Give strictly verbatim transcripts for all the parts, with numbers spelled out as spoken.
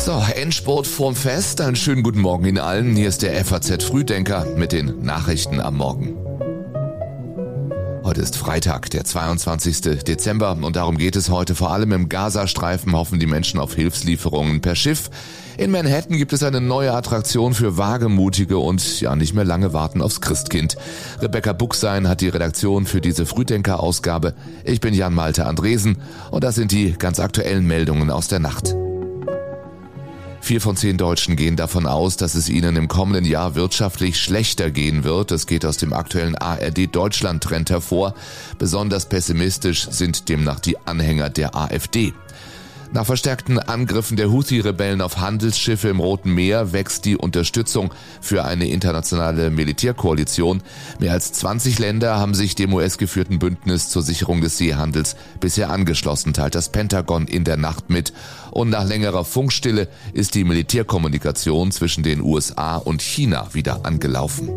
So, Endspurt vorm Fest. Einen schönen guten Morgen Ihnen allen. Hier ist der F A Z Frühdenker mit den Nachrichten am Morgen. Heute ist Freitag, der zweiundzwanzigster Dezember und darum geht es heute. Vor allem im Gazastreifen hoffen die Menschen auf Hilfslieferungen per Schiff. In Manhattan gibt es eine neue Attraktion für Wagemutige und ja nicht mehr lange warten aufs Christkind. Rebecca Buchsein hat die Redaktion für diese Frühdenker-Ausgabe. Ich bin Jan Malte Andresen und das sind die ganz aktuellen Meldungen aus der Nacht. Vier von zehn Deutschen gehen davon aus, dass es ihnen im kommenden Jahr wirtschaftlich schlechter gehen wird. Das geht aus dem aktuellen A R D-Deutschland-Trend hervor. Besonders pessimistisch sind demnach die Anhänger der AfD. Nach verstärkten Angriffen der Houthi-Rebellen auf Handelsschiffe im Roten Meer wächst die Unterstützung für eine internationale Militärkoalition. Mehr als zwanzig Länder haben sich dem U S-geführten Bündnis zur Sicherung des Seehandels bisher angeschlossen, teilt das Pentagon in der Nacht mit. Und nach längerer Funkstille ist die Militärkommunikation zwischen den U S A und China wieder angelaufen.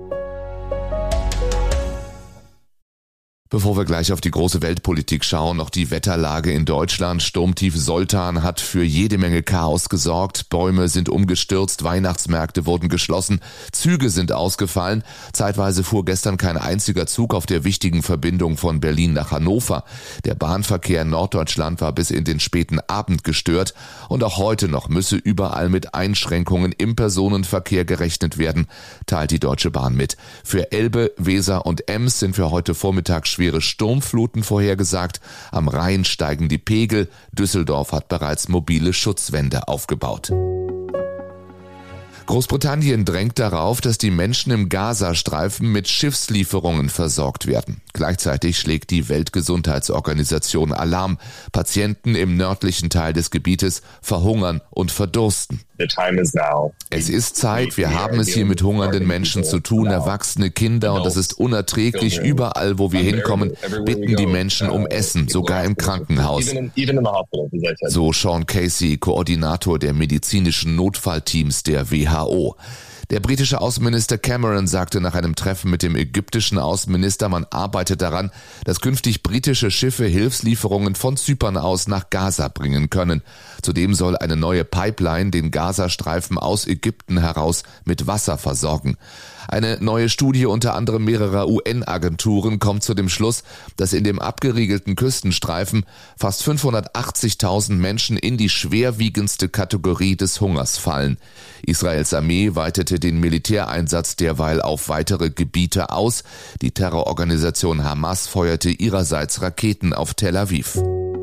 Bevor wir gleich auf die große Weltpolitik schauen, noch die Wetterlage in Deutschland. Sturmtief Soltan hat für jede Menge Chaos gesorgt. Bäume sind umgestürzt, Weihnachtsmärkte wurden geschlossen, Züge sind ausgefallen. Zeitweise fuhr gestern kein einziger Zug auf der wichtigen Verbindung von Berlin nach Hannover. Der Bahnverkehr in Norddeutschland war bis in den späten Abend gestört. Und auch heute noch müsse überall mit Einschränkungen im Personenverkehr gerechnet werden, teilt die Deutsche Bahn mit. Für Elbe, Weser und Ems sind für heute Vormittag schwere Sturmfluten vorhergesagt. Am Rhein steigen die Pegel. Düsseldorf hat bereits mobile Schutzwände aufgebaut. Großbritannien drängt darauf, dass die Menschen im Gazastreifen mit Schiffslieferungen versorgt werden. Gleichzeitig schlägt die Weltgesundheitsorganisation Alarm. Patienten im nördlichen Teil des Gebietes verhungern und verdursten. Es ist Zeit, wir haben es hier mit hungernden Menschen zu tun, erwachsene Kinder, und das ist unerträglich. Überall, wo wir hinkommen, bitten die Menschen um Essen, sogar im Krankenhaus. So Sean Casey, Koordinator der medizinischen Notfallteams der W H O. Der britische Außenminister Cameron sagte nach einem Treffen mit dem ägyptischen Außenminister, man arbeitet daran, dass künftig britische Schiffe Hilfslieferungen von Zypern aus nach Gaza bringen können. Zudem soll eine neue Pipeline den Gazastreifen aus Ägypten heraus mit Wasser versorgen. Eine neue Studie unter anderem mehrerer U N-Agenturen kommt zu dem Schluss, dass in dem abgeriegelten Küstenstreifen fast fünfhundertachtzigtausend Menschen in die schwerwiegendste Kategorie des Hungers fallen. Israels Armee weitete den Militäreinsatz derweil auf weitere Gebiete aus. Die Terrororganisation Hamas feuerte ihrerseits Raketen auf Tel Aviv.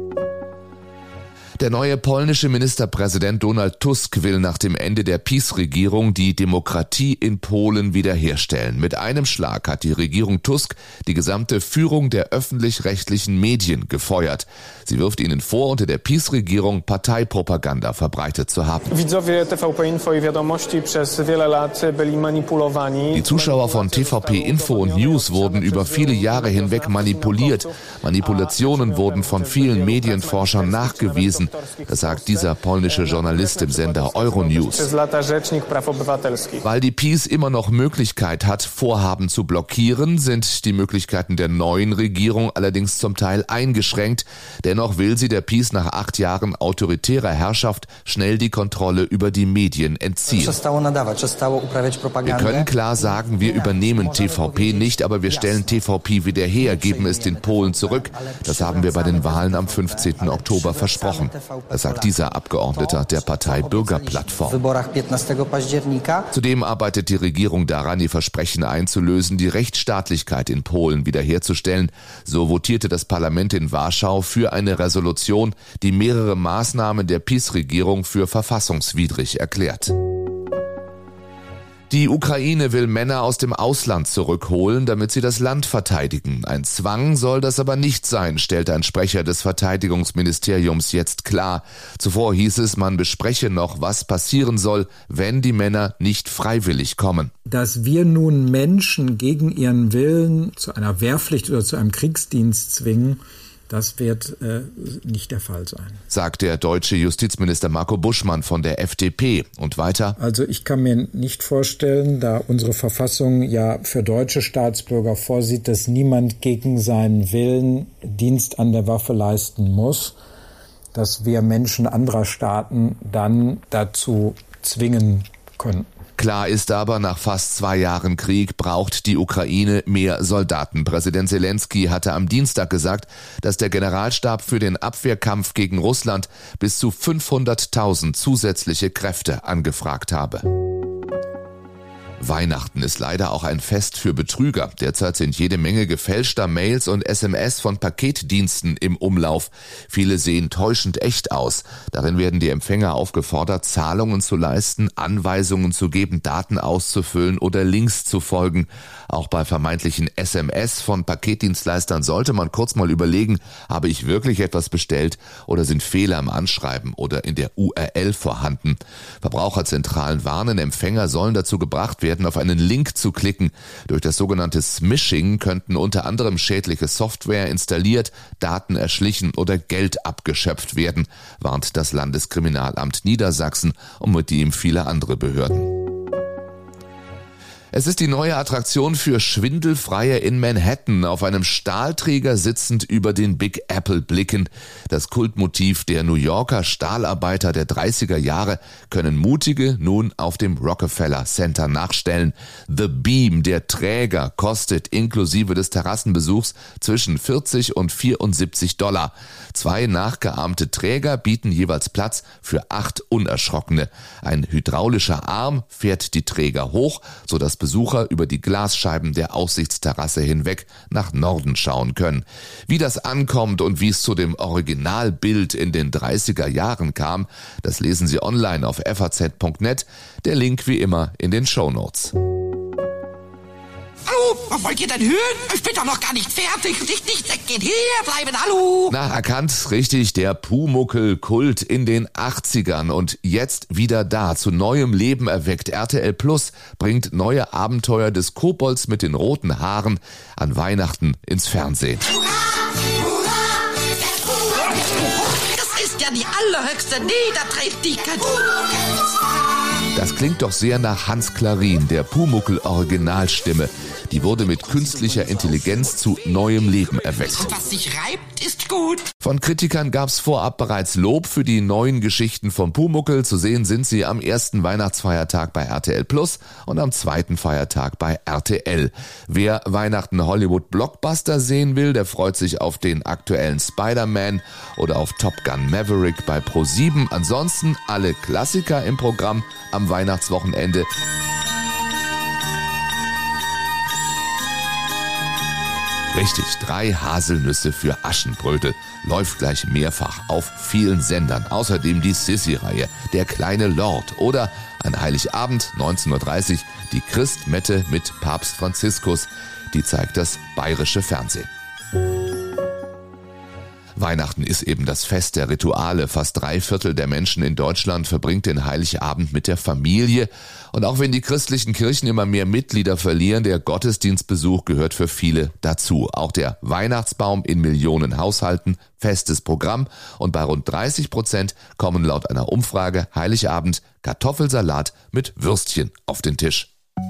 Der neue polnische Ministerpräsident Donald Tusk will nach dem Ende der PiS-Regierung die Demokratie in Polen wiederherstellen. Mit einem Schlag hat die Regierung Tusk die gesamte Führung der öffentlich-rechtlichen Medien gefeuert. Sie wirft ihnen vor, unter der PiS-Regierung Parteipropaganda verbreitet zu haben. Die Zuschauer von T V P Info und News wurden über viele Jahre hinweg manipuliert. Manipulationen wurden von vielen Medienforschern nachgewiesen. Das sagt dieser polnische Journalist im Sender Euronews. Weil die PiS immer noch Möglichkeit hat, Vorhaben zu blockieren, sind die Möglichkeiten der neuen Regierung allerdings zum Teil eingeschränkt. Dennoch will sie der PiS nach acht Jahren autoritärer Herrschaft schnell die Kontrolle über die Medien entziehen. Wir können klar sagen, wir übernehmen T V P nicht, aber wir stellen T V P wieder her, geben es den Polen zurück. Das haben wir bei den Wahlen am fünfzehnten Oktober versprochen. Das sagt dieser Abgeordneter der Partei Bürgerplattform. Zudem arbeitet die Regierung daran, ihr Versprechen einzulösen, die Rechtsstaatlichkeit in Polen wiederherzustellen. So votierte das Parlament in Warschau für eine Resolution, die mehrere Maßnahmen der PiS-Regierung für verfassungswidrig erklärt. Die Ukraine will Männer aus dem Ausland zurückholen, damit sie das Land verteidigen. Ein Zwang soll das aber nicht sein, stellt ein Sprecher des Verteidigungsministeriums jetzt klar. Zuvor hieß es, man bespreche noch, was passieren soll, wenn die Männer nicht freiwillig kommen. Dass wir nun Menschen gegen ihren Willen zu einer Wehrpflicht oder zu einem Kriegsdienst zwingen, das wird äh, nicht der Fall sein, sagt der deutsche Justizminister Marco Buschmann von der F D P. Und weiter: Also ich kann mir nicht vorstellen, da unsere Verfassung ja für deutsche Staatsbürger vorsieht, dass niemand gegen seinen Willen Dienst an der Waffe leisten muss, dass wir Menschen anderer Staaten dann dazu zwingen können. Klar ist aber, nach fast zwei Jahren Krieg braucht die Ukraine mehr Soldaten. Präsident Selensky hatte am Dienstag gesagt, dass der Generalstab für den Abwehrkampf gegen Russland bis zu fünfhunderttausend zusätzliche Kräfte angefragt habe. Weihnachten ist leider auch ein Fest für Betrüger. Derzeit sind jede Menge gefälschter Mails und S M S von Paketdiensten im Umlauf. Viele sehen täuschend echt aus. Darin werden die Empfänger aufgefordert, Zahlungen zu leisten, Anweisungen zu geben, Daten auszufüllen oder Links zu folgen. Auch bei vermeintlichen S M S von Paketdienstleistern sollte man kurz mal überlegen, habe ich wirklich etwas bestellt oder sind Fehler im Anschreiben oder in der U R L vorhanden. Verbraucherzentralen warnen, Empfänger sollen dazu gebracht werden, auf einen Link zu klicken. Durch das sogenannte Smishing könnten unter anderem schädliche Software installiert, Daten erschlichen oder Geld abgeschöpft werden, warnt das Landeskriminalamt Niedersachsen und mit ihm viele andere Behörden. Es ist die neue Attraktion für Schwindelfreie in Manhattan, auf einem Stahlträger sitzend über den Big Apple blickend. Das Kultmotiv der New Yorker Stahlarbeiter der dreißiger Jahre können Mutige nun auf dem Rockefeller Center nachstellen. The Beam, der Träger, kostet inklusive des Terrassenbesuchs zwischen vierzig und vierundsiebzig Dollar. Zwei nachgeahmte Träger bieten jeweils Platz für acht Unerschrockene. Ein hydraulischer Arm fährt die Träger hoch, sodass Besucher über die Glasscheiben der Aussichtsterrasse hinweg nach Norden schauen können. Wie das ankommt und wie es zu dem Originalbild in den dreißiger Jahren kam, das lesen Sie online auf f a z punkt net. Der Link wie immer in den Shownotes. Hallo, was wollt ihr denn hören? Ich bin doch noch gar nicht fertig. Nicht, nicht weggehen. Hier bleiben, hallo. Na, erkannt, richtig, der Pumuckl-Kult in den achtzigern und jetzt wieder da, zu neuem Leben erweckt. R T L Plus bringt neue Abenteuer des Kobolds mit den roten Haaren an Weihnachten ins Fernsehen. Das ist ja die allerhöchste Niederträchtigkeit. Das klingt doch sehr nach Hans Klarin, der Pumuckl-Originalstimme. Die wurde mit künstlicher Intelligenz zu neuem Leben erweckt. Und was sich reibt, ist gut. Von Kritikern gab's vorab bereits Lob für die neuen Geschichten von Pumuckl. Zu sehen sind sie am ersten Weihnachtsfeiertag bei R T L Plus und am zweiten Feiertag bei R T L. Wer Weihnachten Hollywood Blockbuster sehen will, der freut sich auf den aktuellen Spider-Man oder auf Top Gun Maverick bei ProSieben. Ansonsten alle Klassiker im Programm am Weihnachtswochenende. Richtig, drei Haselnüsse für Aschenbrödel läuft gleich mehrfach auf vielen Sendern. Außerdem die Sissi-Reihe, Der kleine Lord oder an Heiligabend neunzehn Uhr dreißig die Christmette mit Papst Franziskus. Die zeigt das bayerische Fernsehen. Weihnachten ist eben das Fest der Rituale. Fast drei Viertel der Menschen in Deutschland verbringt den Heiligabend mit der Familie. Und auch wenn die christlichen Kirchen immer mehr Mitglieder verlieren, der Gottesdienstbesuch gehört für viele dazu. Auch der Weihnachtsbaum in Millionen Haushalten, festes Programm. Und bei rund dreißig Prozent kommen laut einer Umfrage Heiligabend Kartoffelsalat mit Würstchen auf den Tisch.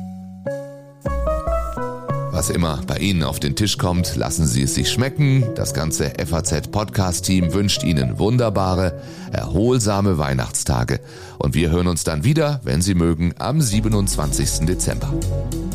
Was immer bei Ihnen auf den Tisch kommt, lassen Sie es sich schmecken. Das ganze F A Z-Podcast-Team wünscht Ihnen wunderbare, erholsame Weihnachtstage. Und wir hören uns dann wieder, wenn Sie mögen, am siebenundzwanzigsten Dezember.